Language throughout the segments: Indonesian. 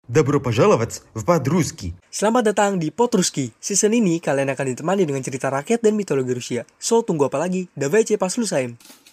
Добро пожаловать в Подрусский. Selamat datang di Potruski. Season ini kalian akan ditemani dengan cerita rakyat dan mitologi Rusia. So, tunggu apa lagi? Давайте послушаем.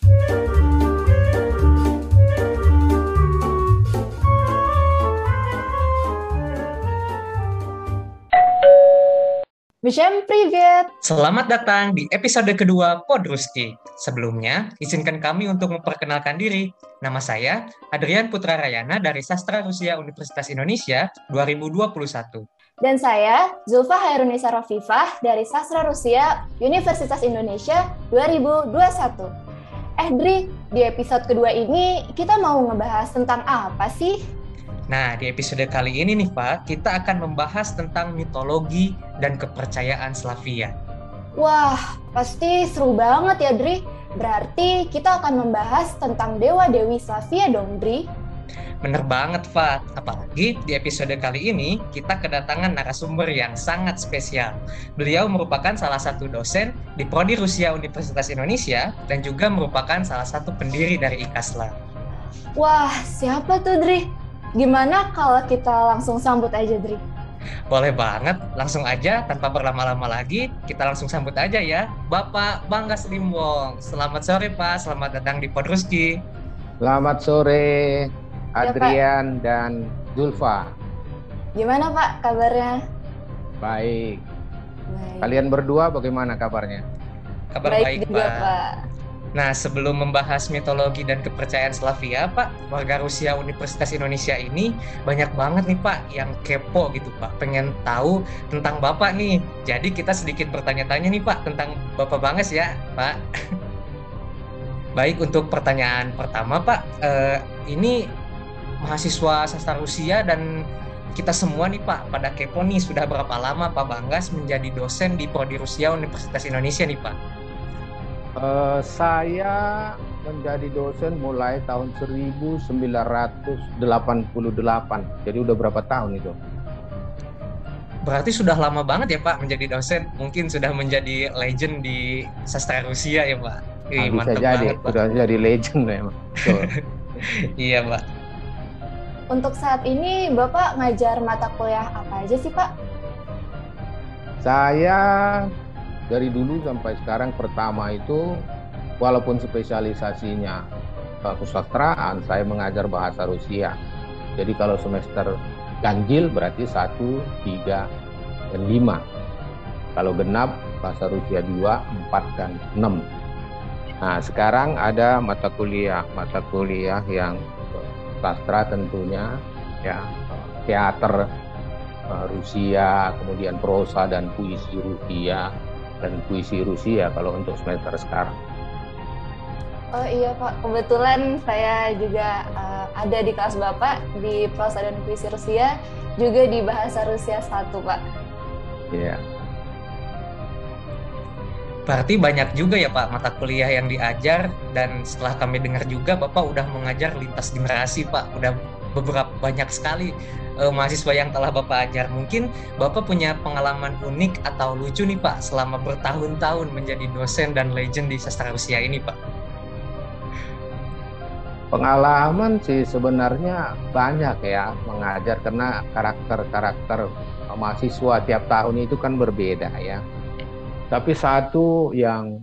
Всем привет! Selamat datang di episode kedua Podruski. Sebelumnya, izinkan kami untuk memperkenalkan diri. Nama saya Adrian Putra Rayana dari Sastra Rusia Universitas Indonesia 2021. Dan saya Zulfa Hairunisa Rafifah dari Sastra Rusia Universitas Indonesia 2021. Dri, di episode kedua ini kita mau ngebahas tentang apa sih? Nah, di episode kali ini nih Pak, kita akan membahas tentang mitologi dan kepercayaan Slavia. Wah, pasti seru banget ya, Dri. Berarti kita akan membahas tentang dewa-dewi Slavia dong, Dri. Bener banget, Pak. Apalagi di episode kali ini, kita kedatangan narasumber yang sangat spesial. Beliau merupakan salah satu dosen di Prodi Rusia Universitas Indonesia dan juga merupakan salah satu pendiri dari IKASLA. Wah, siapa tuh, Dri? Gimana kalau kita langsung sambut aja, Dri? Boleh banget, langsung aja tanpa berlama-lama lagi, kita langsung sambut aja ya, Bapak Banggas Limbong. Selamat sore Pak, selamat datang di Podruski. Selamat sore, Adrian dan Zulfa. Gimana Pak kabarnya? Baik. Kalian berdua bagaimana kabarnya? Kabar baik juga, Pak. Nah, sebelum membahas mitologi dan kepercayaan Slavia, Pak, warga Rusia Universitas Indonesia ini banyak banget nih, Pak, yang kepo gitu, Pak. Pengen tahu tentang Bapak nih. Jadi kita sedikit bertanya-tanya nih, Pak, tentang Bapak Banggas ya, Pak. Baik, untuk pertanyaan pertama, Pak. Ini mahasiswa sastra Rusia dan kita semua nih, Pak, pada kepo nih, sudah berapa lama Pak Banggas menjadi dosen di Prodi Rusia Universitas Indonesia nih, Pak? Saya menjadi dosen mulai tahun 1988. Jadi udah berapa tahun itu? Berarti sudah lama banget ya Pak menjadi dosen. Mungkin sudah menjadi legend di sastra Rusia ya Pak. Bisa jadi, banget, Pak. Sudah jadi legend memang. Iya Pak. Untuk saat ini Bapak ngajar mata kuliah apa aja sih Pak? Saya dari dulu sampai sekarang pertama itu walaupun spesialisasinya kesusastraan, saya mengajar bahasa Rusia. Jadi kalau semester ganjil berarti 1, 3, dan 5. Kalau genap bahasa Rusia 2, 4, dan 6. Nah, sekarang ada mata kuliah yang sastra tentunya ya, teater Rusia, kemudian prosa dan puisi Rusia kalau untuk semester sekarang. Oh iya Pak, kebetulan saya juga ada di kelas Bapak di prosa dan puisi Rusia, juga di bahasa Rusia 1 Pak. Iya. Berarti banyak juga ya Pak mata kuliah yang diajar, dan setelah kami dengar juga Bapak udah mengajar lintas generasi Pak, udah beberapa banyak sekali mahasiswa yang telah Bapak ajar. Mungkin Bapak punya pengalaman unik atau lucu nih Pak selama bertahun-tahun menjadi dosen dan legend di sastra Rusia ini Pak. Pengalaman sih sebenarnya banyak ya mengajar, karena karakter mahasiswa tiap tahun itu kan berbeda ya. Tapi satu yang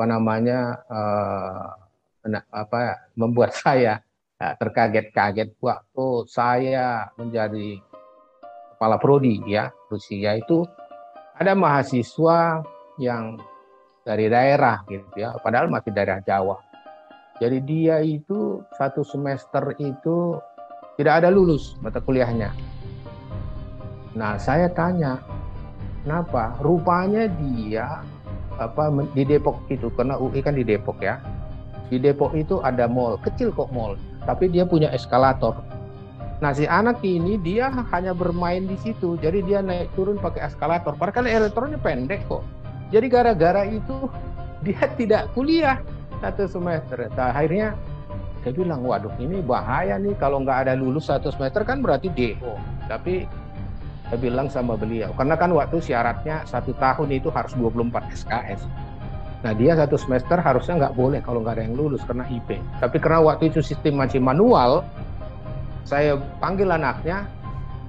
membuat saya terkaget-kaget waktu saya menjadi kepala prodi ya Rusia, itu ada mahasiswa yang dari daerah gitu ya, padahal masih daerah Jawa. Jadi dia itu 1 semester itu tidak ada lulus mata kuliahnya. Nah, saya tanya, kenapa? Rupanya dia di Depok itu, karena UI kan di Depok ya. Di Depok itu ada mall, kecil kok mall, tapi dia punya eskalator. Nah, si anak ini dia hanya bermain di situ, jadi dia naik turun pakai eskalator. Padahal elektronnya pendek kok. Jadi gara-gara itu dia tidak kuliah 1 semester. Nah, akhirnya saya bilang, waduh ini bahaya nih kalau nggak ada lulus 1 semester kan berarti DO. Tapi saya bilang sama beliau, karena kan waktu syaratnya 1 tahun itu harus 24 SKS. Nah, dia 1 semester harusnya nggak boleh kalau nggak ada yang lulus karena IP. Tapi karena waktu itu sistem masih manual, saya panggil anaknya,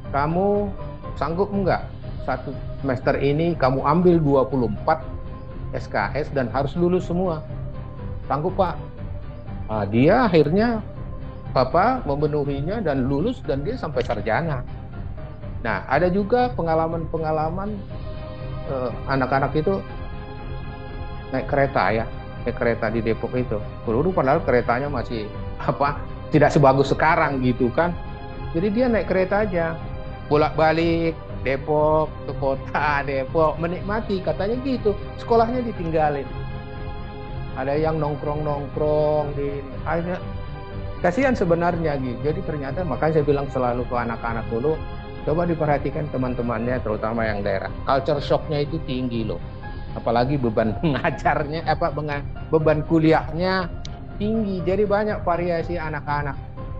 kamu sanggup enggak satu semester ini kamu ambil 24 SKS dan harus lulus semua? Sanggup Pak. Nah, dia akhirnya memenuhinya dan lulus dan dia sampai sarjana. Nah, ada juga pengalaman-pengalaman anak-anak itu naik kereta di Depok itu. Dulu padahal keretanya masih tidak sebagus sekarang gitu kan. Jadi dia naik kereta aja, bolak-balik Depok ke kota Depok, menikmati katanya gitu. Sekolahnya ditinggalin. Ada yang nongkrong di akhirnya kasihan sebenarnya gitu. Jadi ternyata makanya saya bilang selalu ke anak-anak dulu, coba diperhatikan teman-temannya terutama yang daerah. Culture shock-nya itu tinggi loh. Apalagi beban mengajarnya, beban kuliahnya tinggi. Jadi banyak variasi anak-anak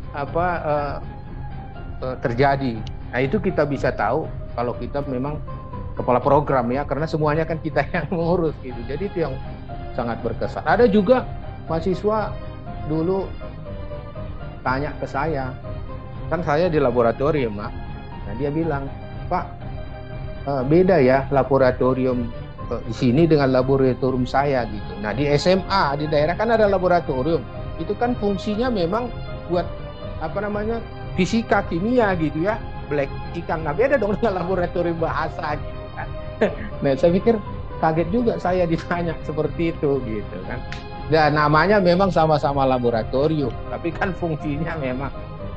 terjadi. Nah, itu kita bisa tahu kalau kita memang kepala program ya, karena semuanya kan kita yang mengurus gitu. Jadi itu yang sangat berkesan. Ada juga mahasiswa dulu tanya ke saya, kan saya di laboratorium, Mak. Nah, dia bilang, Pak, beda ya laboratorium di sini dengan laboratorium saya gitu. Nah, di SMA di daerah kan ada laboratorium. Itu kan fungsinya memang buat fisika, kimia gitu ya, black ikan. Nah, beda dong dengan laboratorium bahasa gitu kan. Nah, saya pikir kaget juga saya ditanya seperti itu gitu kan. Ya, namanya memang sama-sama laboratorium, tapi kan fungsinya memang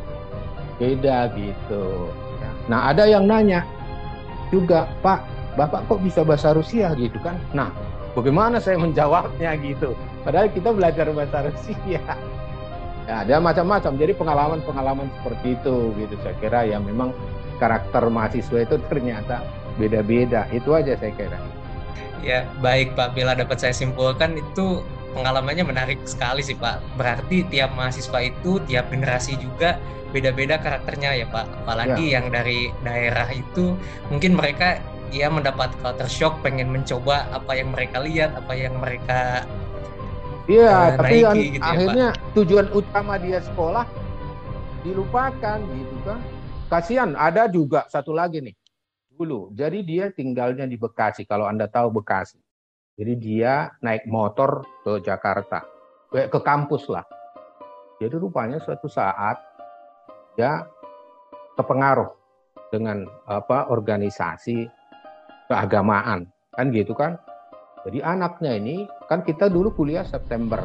beda gitu. Nah, ada yang nanya juga, Pak, Bapak kok bisa bahasa Rusia gitu kan? Nah, bagaimana saya menjawabnya gitu? Padahal kita belajar bahasa Rusia. Ya, ada macam-macam. Jadi pengalaman-pengalaman seperti itu gitu. Saya kira ya memang karakter mahasiswa itu ternyata beda-beda. Itu aja saya kira. Ya, baik Pak. Bila dapat saya simpulkan itu pengalamannya menarik sekali sih Pak. Berarti tiap mahasiswa itu, tiap generasi juga beda-beda karakternya ya Pak. Apalagi yang dari daerah itu mungkin mereka ya mendapat culture shock, pengen mencoba apa yang mereka lihat, apa yang mereka tapi gitu akhirnya ya, Pak. Tujuan utama dia sekolah dilupakan gitu kan. Kasihan. Ada juga satu lagi nih dulu. Jadi dia tinggalnya di Bekasi, kalau Anda tahu Bekasi. Jadi dia naik motor ke Jakarta, ke kampus lah. Jadi rupanya suatu saat dia terpengaruh dengan organisasi keagamaan kan gitu kan. Jadi anaknya ini kan kita dulu kuliah September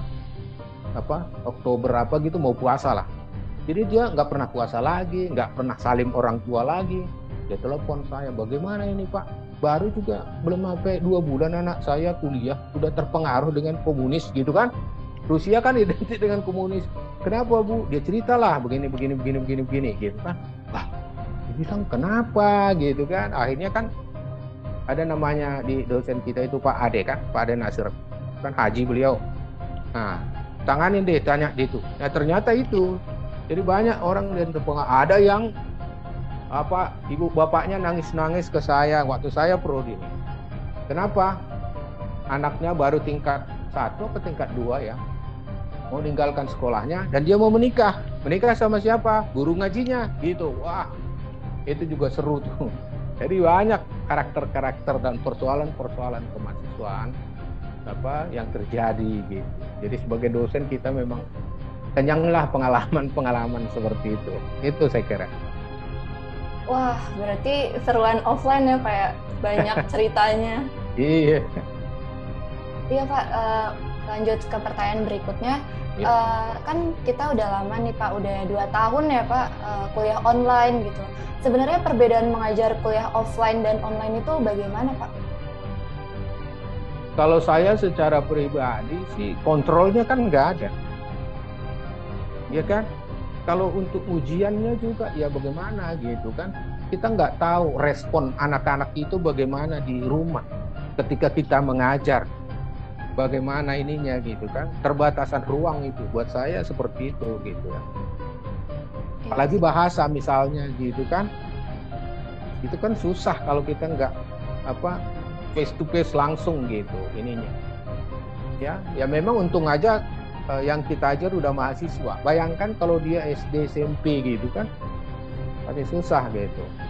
Oktober gitu mau puasa lah. Jadi dia nggak pernah puasa lagi, nggak pernah salim orang tua lagi. Dia telepon saya, bagaimana ini Pak? Baru juga belum sampai 2 bulan anak saya kuliah sudah terpengaruh dengan komunis gitu kan. Rusia kan identik dengan komunis. Kenapa Bu? Dia ceritalah begini gitu kan. Lah, dia bilang kenapa gitu kan. Akhirnya kan ada namanya di dosen kita itu Pak Ade kan, Pak Ade Nasir, kan haji beliau. Nah, tanganin deh, tanya itu. Nah, ternyata itu. Jadi banyak orang yang terpengaruh. Ada yang ibu bapaknya nangis-nangis ke saya waktu saya prodi. Kenapa? Anaknya baru tingkat 1 atau tingkat 2 ya. Mau meninggalkan sekolahnya dan dia mau menikah. Menikah sama siapa? Guru ngajinya gitu. Wah, itu juga seru tuh. Jadi banyak karakter-karakter dan persoalan-persoalan kemahasiswaan yang terjadi gitu. Jadi sebagai dosen kita memang kenyanglah pengalaman-pengalaman seperti itu. Itu saya kira. Wah, berarti seruan offline ya Pak ya? Banyak ceritanya. Iya. Iya Pak, lanjut ke pertanyaan berikutnya. Kan kita udah lama nih Pak, udah 2 tahun ya Pak kuliah online gitu. Sebenarnya perbedaan mengajar kuliah offline dan online itu bagaimana Pak? Kalau saya secara pribadi sih kontrolnya kan nggak ada. Ya kan? Kalau untuk ujiannya juga ya bagaimana gitu kan. Kita nggak tahu respon anak-anak itu bagaimana di rumah ketika kita mengajar. Bagaimana ininya gitu kan. Terbatasan ruang itu buat saya seperti itu gitu ya. Apalagi bahasa misalnya gitu kan. Itu kan susah kalau kita nggak face to face langsung gitu ininya. Ya memang untung aja yang kita ajar udah mahasiswa. Bayangkan kalau dia SD SMP gitu kan, pasti susah gitu.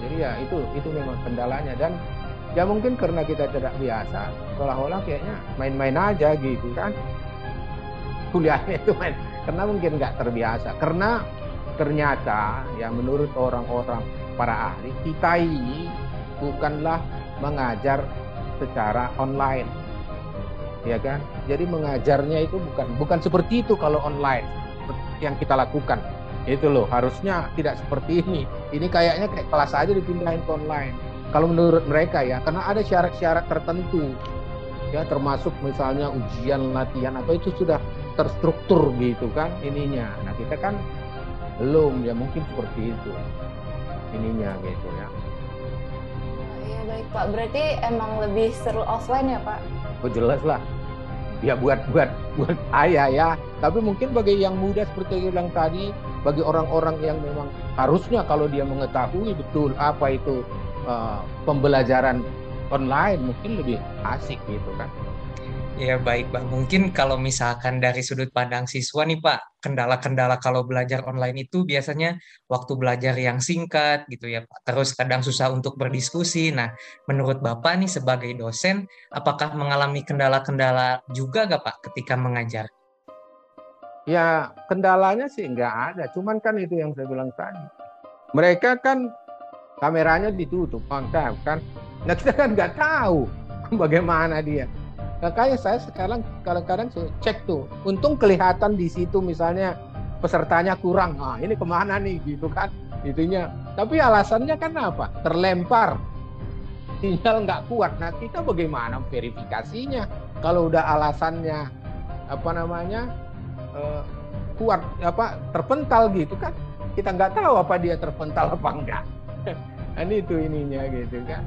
Jadi ya itu memang kendalanya, dan ya mungkin karena kita tidak biasa, seolah-olah kayaknya main-main aja gitu kan. Kuliahnya itu main, karena mungkin nggak terbiasa. Karena ternyata ya menurut orang-orang para ahli, kita ini bukanlah mengajar secara online, ya kan? Jadi mengajarnya itu bukan seperti itu kalau online yang kita lakukan. Itu loh, harusnya tidak seperti ini. Ini kayaknya kayak kelas aja dipindahin ke online. Kalau menurut mereka ya, karena ada syarat-syarat tertentu. Ya, termasuk misalnya ujian, latihan, atau itu sudah terstruktur gitu kan ininya. Nah, kita kan belum, ya mungkin seperti itu ininya gitu ya. Iya baik Pak, berarti emang lebih seru offline ya Pak? Oh jelas lah. Ya buat saya ya. Tapi mungkin bagi yang muda seperti yang bilang tadi, bagi orang-orang yang memang harusnya kalau dia mengetahui betul apa itu pembelajaran online, mungkin lebih asik gitu kan. Ya baik Pak, mungkin kalau misalkan dari sudut pandang siswa nih Pak, kendala-kendala kalau belajar online itu biasanya waktu belajar yang singkat gitu ya Pak, terus kadang susah untuk berdiskusi. Nah, menurut Bapak nih sebagai dosen, apakah mengalami kendala-kendala juga gak Pak ketika mengajar? Ya kendalanya sih nggak ada, cuman kan itu yang saya bilang tadi. Mereka kan kameranya ditutup, kan? Nah kita kan nggak tahu bagaimana dia. Makanya saya sekarang kadang-kadang cek tuh, untung kelihatan di situ misalnya pesertanya kurang, nah ini kemana nih gitu kan, itunya. Tapi alasannya kan apa? Terlempar, sinyal nggak kuat. Nah kita bagaimana verifikasinya? Kalau udah alasannya kuat, terpental gitu kan, kita nggak tahu apa dia terpental apa enggak. Ini itu ininya gitu kan.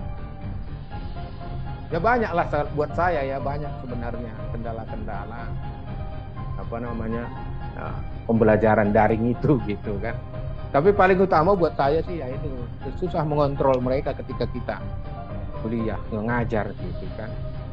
Ya banyak lah buat saya ya, banyak sebenarnya kendala-kendala pembelajaran daring itu gitu kan. Tapi paling utama buat saya sih ya itu, susah mengontrol mereka ketika kita kuliah ngajar gitu kan.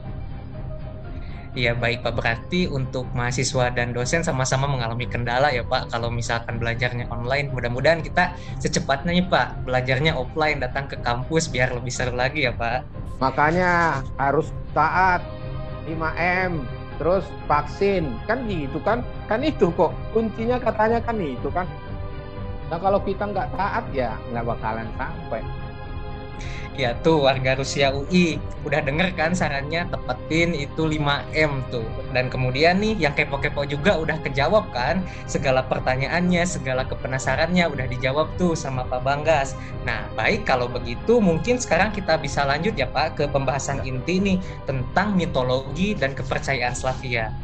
Iya baik Pak, berarti untuk mahasiswa dan dosen sama-sama mengalami kendala ya Pak kalau misalkan belajarnya online. Mudah-mudahan kita secepatnya nih Pak belajarnya offline, datang ke kampus biar lebih seru lagi ya Pak. Makanya harus taat 5M, terus vaksin kan gitu kan itu kok kuncinya katanya kan itu kan. Nah kalau kita nggak taat ya nggak bakalan sampai. Ya tuh warga Rusia UI udah denger kan sarannya, tepetin itu 5M tuh. Dan kemudian nih yang kepo-kepo juga udah kejawab kan, segala pertanyaannya, segala kepenasarannya udah dijawab tuh sama Pak Banggas. Nah baik, kalau begitu mungkin sekarang kita bisa lanjut ya Pak ke pembahasan inti nih tentang mitologi dan kepercayaan Slavia.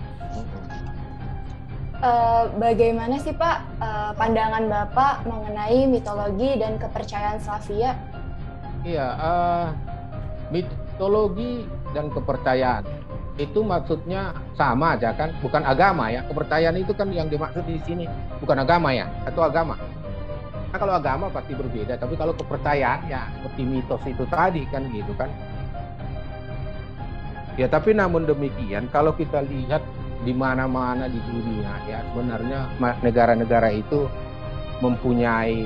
Bagaimana sih Pak pandangan Bapak mengenai mitologi dan kepercayaan Slavia? Iya, mitologi dan kepercayaan itu maksudnya sama aja kan, bukan agama ya. Kepercayaan itu kan yang dimaksud di sini bukan agama ya, atau agama. Nah, kalau agama pasti berbeda, tapi kalau kepercayaan ya seperti mitos itu tadi kan gitu kan. Ya tapi namun demikian kalau kita lihat di mana-mana di dunia ya sebenarnya negara-negara itu mempunyai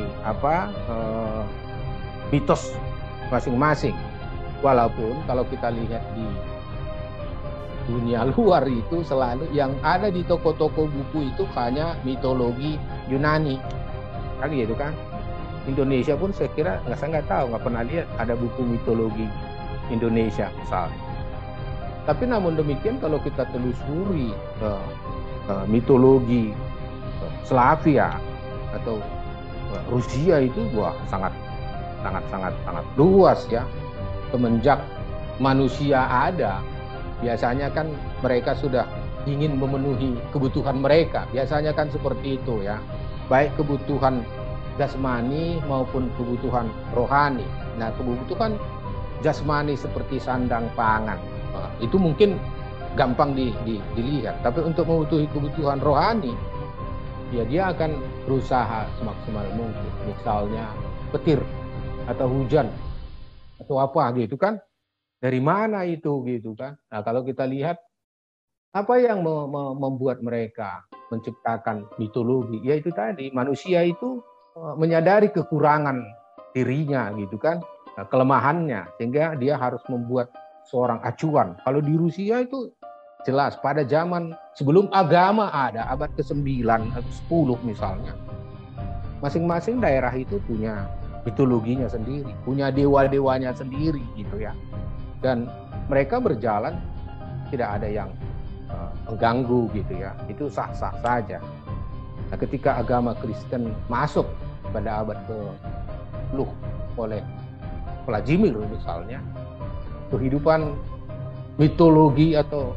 mitos masing-masing. Walaupun kalau kita lihat di dunia luar itu selalu yang ada di toko-toko buku itu hanya mitologi Yunani. Kan gitu kan. Indonesia pun saya kira saya nggak tahu, nggak pernah lihat ada buku mitologi Indonesia misalnya. Tapi namun demikian kalau kita telusuri mitologi Slavia atau Rusia itu sangat luas ya. Semenjak manusia ada, biasanya kan mereka sudah ingin memenuhi kebutuhan mereka. Biasanya kan seperti itu ya. Baik kebutuhan jasmani maupun kebutuhan rohani. Nah, kebutuhan jasmani seperti sandang pangan, itu mungkin gampang dilihat. Tapi untuk memenuhi kebutuhan rohani, ya dia akan berusaha semaksimal mungkin. Misalnya petir atau hujan atau apa gitu kan, dari mana itu gitu kan. Nah kalau kita lihat apa yang membuat mereka menciptakan mitologi, ya itu tadi manusia itu menyadari kekurangan dirinya gitu kan, kelemahannya, sehingga dia harus membuat seorang acuan. Kalau di Rusia itu jelas pada zaman sebelum agama ada, abad ke-9 atau 10 misalnya, masing-masing daerah itu punya mitologinya sendiri, punya dewa-dewanya sendiri gitu ya. Dan mereka berjalan tidak ada yang mengganggu gitu ya. Itu sah-sah saja. Nah, ketika agama Kristen masuk pada abad ke-10 oleh Vladimir misalnya, kehidupan mitologi atau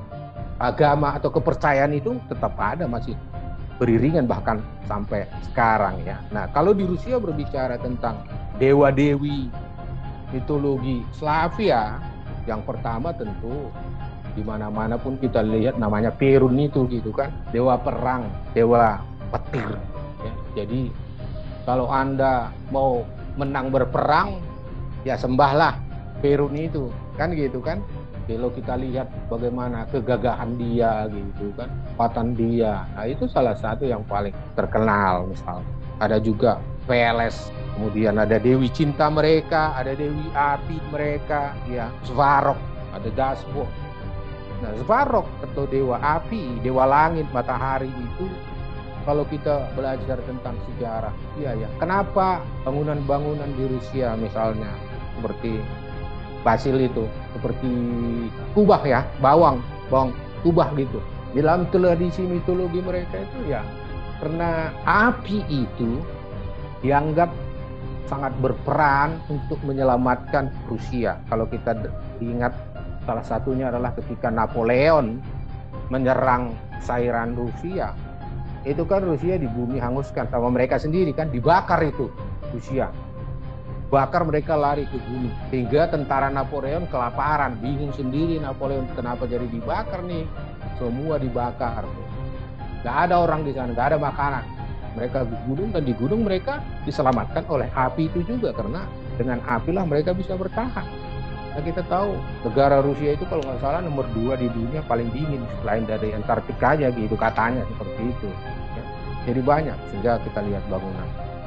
agama atau kepercayaan itu tetap ada, masih beriringan bahkan sampai sekarang ya. Nah, kalau di Rusia berbicara tentang dewa-dewi mitologi Slavia, yang pertama tentu di mana-mana pun kita lihat namanya Perun itu gitu kan, dewa perang, dewa petir ya. Jadi kalau Anda mau menang berperang ya sembahlah Perun itu kan gitu kan. Kalau kita lihat bagaimana kegagahan dia gitu kan, kekuatan dia, nah itu salah satu yang paling terkenal. Misal ada juga Veles, kemudian ada Dewi Cinta mereka, ada Dewi Api mereka, ya Svarog, ada Dasbo. Nah Svarog atau Dewa Api, Dewa Langit, Matahari itu kalau kita belajar tentang sejarah, iya ya, kenapa bangunan-bangunan di Rusia misalnya seperti Basil itu, seperti kubah ya, bawang kubah gitu. Dalam tradisi mitologi mereka itu ya, karena api itu dianggap sangat berperan untuk menyelamatkan Rusia. Kalau kita ingat, salah satunya adalah ketika Napoleon menyerang cairan Rusia. Itu kan Rusia di bumi hanguskan sama mereka sendiri kan, dibakar itu Rusia. Bakar, mereka lari ke gunung, sehingga tentara Napoleon kelaparan, bingung sendiri Napoleon kenapa jadi dibakar nih, semua dibakar, nggak ada orang di sana, nggak ada makanan, mereka di gunung, dan di gunung mereka diselamatkan oleh api itu juga, karena dengan apilah mereka bisa bertahan. Nah, kita tahu negara Rusia itu kalau nggak salah nomor 2 di dunia paling dingin selain dari Antartika aja gitu katanya, seperti itu ya. Jadi banyak, sehingga kita lihat bangun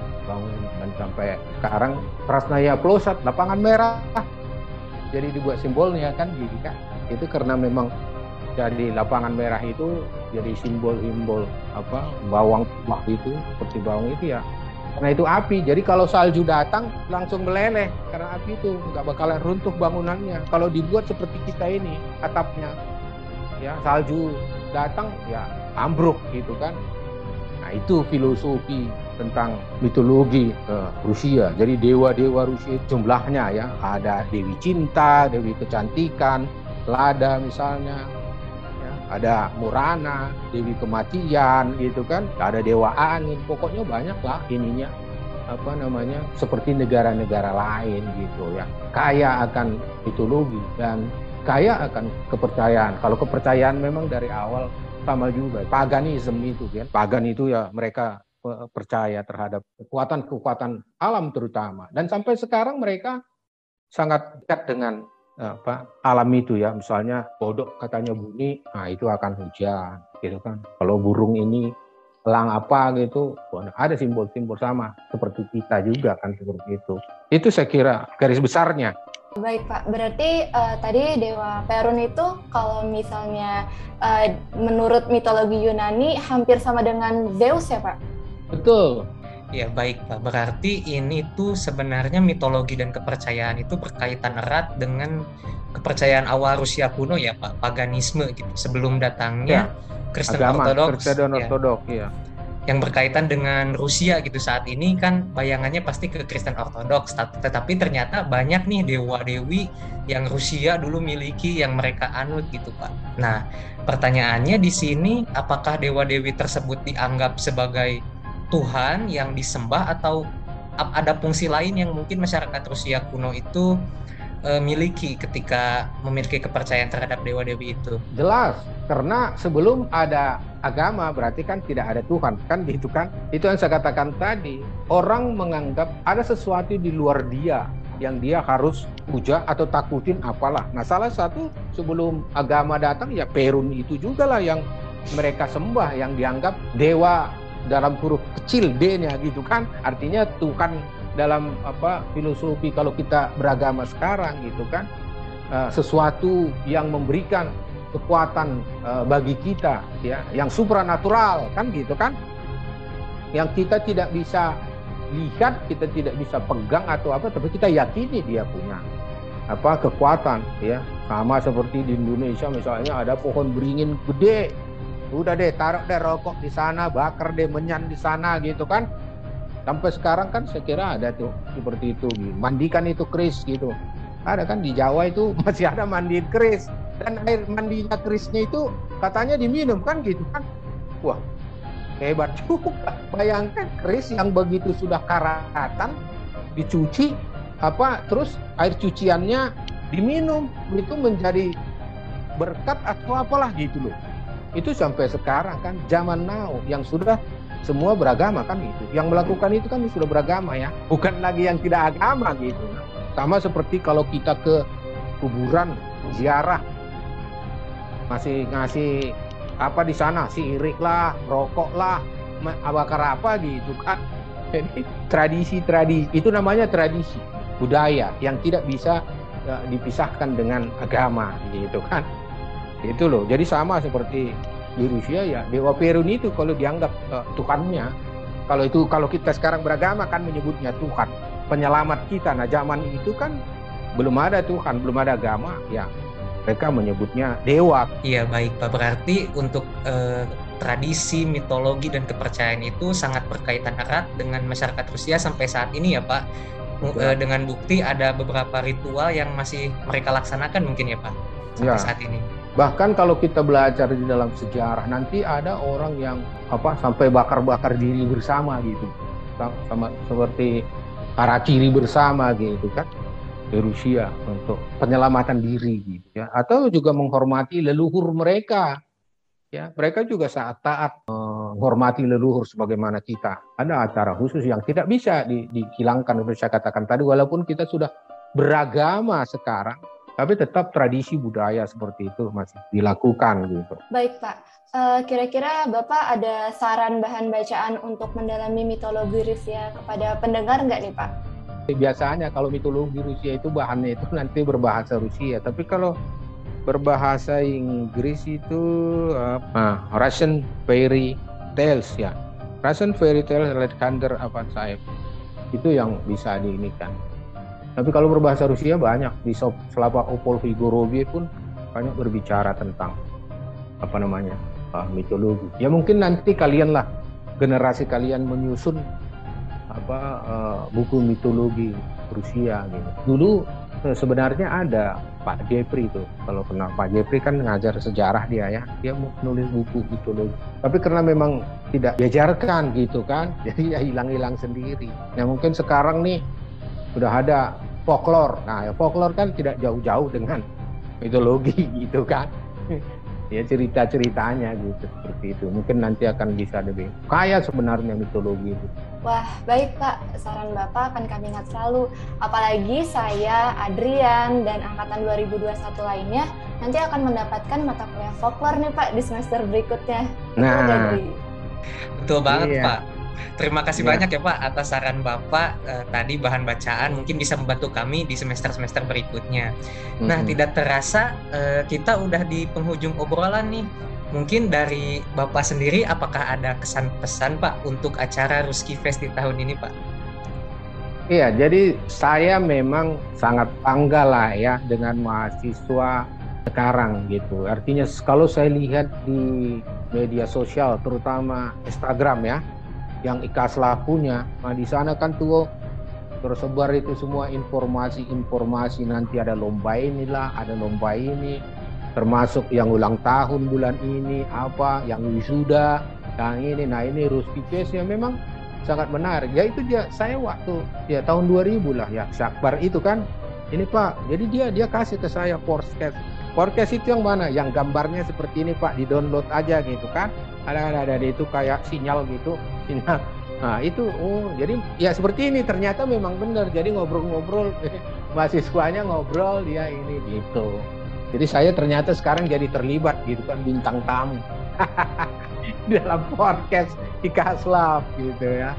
dan sampai sekarang Krasnaya Plosat, lapangan merah, jadi dibuat simbolnya kan gitu kan. Itu karena memang jadi lapangan merah itu jadi simbol-simbol apa, bawang itu, seperti bawang itu ya, karena itu api. Jadi kalau salju datang langsung meleleh karena api itu, nggak bakalan runtuh bangunannya. Kalau dibuat seperti kita ini atapnya ya, salju datang ya ambruk gitu kan. Nah itu filosofi tentang mitologi Rusia. Jadi dewa-dewa Rusia jumlahnya ya, ada Dewi Cinta, Dewi Kecantikan, Lada misalnya, ya, ada Murana, Dewi Kematian gitu kan, ada Dewa Angin, pokoknya banyak lah ininya, apa namanya, seperti negara-negara lain gitu ya, kaya akan mitologi dan kaya akan kepercayaan. Kalau kepercayaan memang dari awal sama juga, paganisme itu kan, pagan itu ya mereka percaya terhadap kekuatan-kekuatan alam terutama, dan sampai sekarang mereka sangat dekat dengan alam itu ya. Misalnya kodok katanya bunyi, nah itu akan hujan gitu kan. Kalau burung ini elang apa gitu, ada simbol-simbol sama seperti kita juga kan, seperti itu. Itu saya kira garis besarnya. Baik Pak, berarti tadi Dewa Perun itu kalau misalnya menurut mitologi Yunani hampir sama dengan Zeus ya Pak? Betul. Ya baik Pak, berarti ini tuh sebenarnya mitologi dan kepercayaan itu berkaitan erat dengan kepercayaan awal Rusia kuno ya Pak, paganisme gitu, sebelum datangnya Kristen Ortodoks. Kristen Ortodoks ya. Yang berkaitan dengan Rusia gitu saat ini kan bayangannya pasti ke Kristen Ortodoks, tetapi ternyata banyak nih dewa-dewi yang Rusia dulu miliki yang mereka anut gitu Pak. Nah, pertanyaannya di sini, apakah dewa-dewi tersebut dianggap sebagai Tuhan yang disembah atau ada fungsi lain yang mungkin masyarakat Rusia kuno itu miliki ketika memiliki kepercayaan terhadap dewa-dewi itu? Jelas, karena sebelum ada agama berarti kan tidak ada Tuhan, kan gitu kan? Itu yang saya katakan tadi, orang menganggap ada sesuatu di luar dia yang dia harus puja atau takutin apalah. Nah salah satu sebelum agama datang ya Perun itu juga lah yang mereka sembah, yang dianggap dewa dalam huruf kecil D-nya gitu kan, artinya Tuhan dalam filosofi kalau kita beragama sekarang gitu kan, sesuatu yang memberikan kekuatan bagi kita ya, yang supranatural kan gitu kan, yang kita tidak bisa lihat, kita tidak bisa pegang atau apa, tapi kita yakini dia punya kekuatan ya. Sama seperti di Indonesia misalnya ada pohon beringin gede, udah deh taruh deh rokok di sana, bakar deh menyan di sana gitu kan. Sampai sekarang kan saya kira ada tuh seperti itu, mandikan itu keris gitu. Ada kan di Jawa itu masih ada mandiin keris, dan air mandinya kerisnya itu katanya diminum kan gitu kan. Wah, hebat juga. Bayangkan keris yang begitu sudah karatan dicuci terus air cuciannya diminum, itu menjadi berkat atau apalah gitu loh. Itu sampai sekarang kan zaman now yang sudah semua beragama kan itu. Yang melakukan itu kan sudah beragama ya, bukan lagi yang tidak agama gitu. Sama seperti kalau kita ke kuburan ziarah, masih ngasih di sana, sirik lah, rokok lah, bakar apa gitu kan. Jadi tradisi itu namanya tradisi budaya yang tidak bisa dipisahkan dengan agama gitu kan. Itu loh. Jadi sama seperti di Rusia ya, Dewa Perun itu kalau dianggap Tuhannya, kalau kita sekarang beragama kan menyebutnya Tuhan, penyelamat kita. Nah zaman itu kan belum ada Tuhan, belum ada agama ya, mereka menyebutnya dewa. Iya baik Pak, berarti untuk tradisi, mitologi dan kepercayaan itu sangat berkaitan erat dengan masyarakat Rusia sampai saat ini ya Pak. Dengan bukti ada beberapa ritual yang masih mereka laksanakan mungkin ya Pak sampai saat ini. Bahkan kalau kita belajar di dalam sejarah, nanti ada orang yang sampai bakar-bakar diri bersama gitu, sama seperti harakiri bersama gitu kan di Rusia untuk penyelamatan diri gitu ya, atau juga menghormati leluhur mereka ya. Mereka juga saat taat menghormati leluhur sebagaimana kita. Ada acara khusus yang tidak bisa dihilangkan seperti saya katakan tadi, walaupun kita sudah beragama sekarang, tapi tetap tradisi budaya seperti itu masih dilakukan gitu. Baik Pak, kira-kira Bapak ada saran bahan bacaan untuk mendalami mitologi Rusia kepada pendengar nggak nih Pak? Biasanya kalau mitologi Rusia itu bahannya itu nanti berbahasa Rusia, tapi kalau berbahasa Inggris itu Russian Fairy Tales ya. Russian Fairy Tales Alexander Afanasyev itu yang bisa diinikan. Tapi kalau berbahasa Rusia banyak, di Slava Opol Vigorovie pun banyak berbicara tentang mitologi. Ya mungkin nanti kalian lah, generasi kalian menyusun buku mitologi Rusia gitu. Dulu sebenarnya ada Pak Jeffrey itu, kalau kenal Pak Jeffrey kan ngajar sejarah dia nulis buku mitologi. Tapi karena memang tidak diajarkan gitu kan, jadi ya hilang-hilang sendiri. Nah mungkin sekarang nih sudah ada folklore. Nah, folklore kan tidak jauh-jauh dengan mitologi gitu kan. Ya cerita-ceritanya gitu, seperti itu. Mungkin nanti akan bisa lebih kaya sebenarnya mitologi itu. Wah, baik Pak. Saran Bapak akan kami ingat selalu. Apalagi saya, Adrian, dan Angkatan 2021 lainnya nanti akan mendapatkan mata kuliah folklore nih Pak di semester berikutnya. Betul banget Pak. Terima kasih banyak ya Pak atas saran Bapak tadi, bahan bacaan mungkin bisa membantu kami di semester-semester berikutnya. Nah, tidak terasa kita udah di penghujung obrolan nih. Mungkin dari Bapak sendiri apakah ada kesan-pesan Pak untuk acara Ruski Fest di tahun ini Pak? Iya, jadi saya memang sangat bangga lah ya dengan mahasiswa sekarang gitu. Artinya kalau saya lihat di media sosial terutama Instagram ya, yang IKASLAF punya, nah di sana kan tuh tersebar itu semua informasi-informasi, nanti ada lomba inilah, ada lomba ini, termasuk yang ulang tahun bulan ini, yang wisuda, yang ini, nah ini Ruski Fest yang memang sangat menarik. Ya itu saya waktu tahun 2000 lah ya, Syakbar itu kan, ini Pak, jadi dia kasih ke saya podcast itu yang mana, yang gambarnya seperti ini Pak, di-download aja gitu kan. Ada itu kayak sinyal gitu, sinyal. Nah itu jadi ya seperti ini, ternyata memang benar. Jadi ngobrol-ngobrol, mahasiswanya ngobrol, dia ini gitu. Jadi saya ternyata sekarang jadi terlibat gitu kan, bintang tamu dalam podcast IKASLAF gitu ya.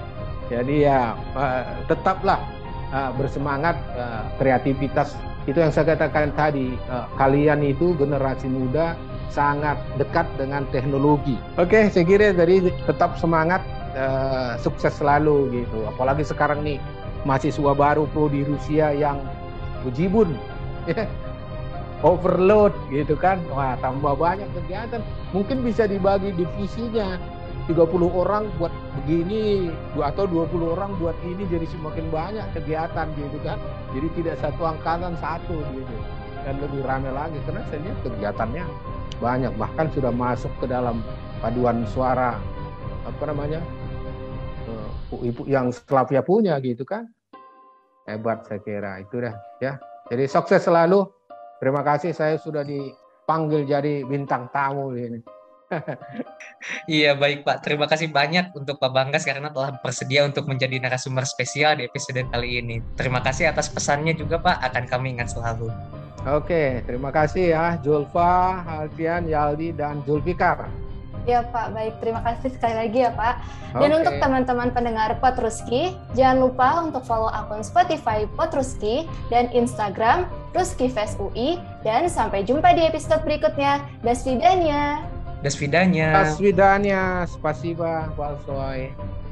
Jadi ya tetaplah bersemangat, kreativitas. Itu yang saya katakan tadi, kalian itu generasi muda sangat dekat dengan teknologi. Oke, saya kira jadi tetap semangat, sukses selalu gitu. Apalagi sekarang nih mahasiswa baru prodi Rusia yang ujibun, overload gitu kan. Wah, tambah banyak kegiatan. Mungkin bisa dibagi divisinya. 30 orang buat begini atau 20 orang buat ini, jadi semakin banyak kegiatan gitu kan. Jadi tidak satu angkatan satu gitu. Dan lebih ramai lagi karena saya lihat kegiatannya banyak, bahkan sudah masuk ke dalam paduan suara yang Slavia punya gitu kan. Hebat saya kira itu dah ya. Jadi sukses selalu. Terima kasih saya sudah dipanggil jadi bintang tamu ini. Iya, baik Pak. Terima kasih banyak untuk Pak Banggas karena telah bersedia untuk menjadi narasumber spesial di episode kali ini. Terima kasih atas pesannya juga Pak, akan kami ingat selalu. Oke, terima kasih ya Zulfa, Alfian, Yaldi, dan Zulfikar. Ya Pak, baik. Terima kasih sekali lagi ya Pak. Dan Oke. untuk teman-teman pendengar Potruski, jangan lupa untuk follow akun Spotify Potruski dan Instagram Ruskifest UI. Dan sampai jumpa di episode berikutnya. Das vidanya. Dasvidanya. Spasiba, Spasiba, Balsoy.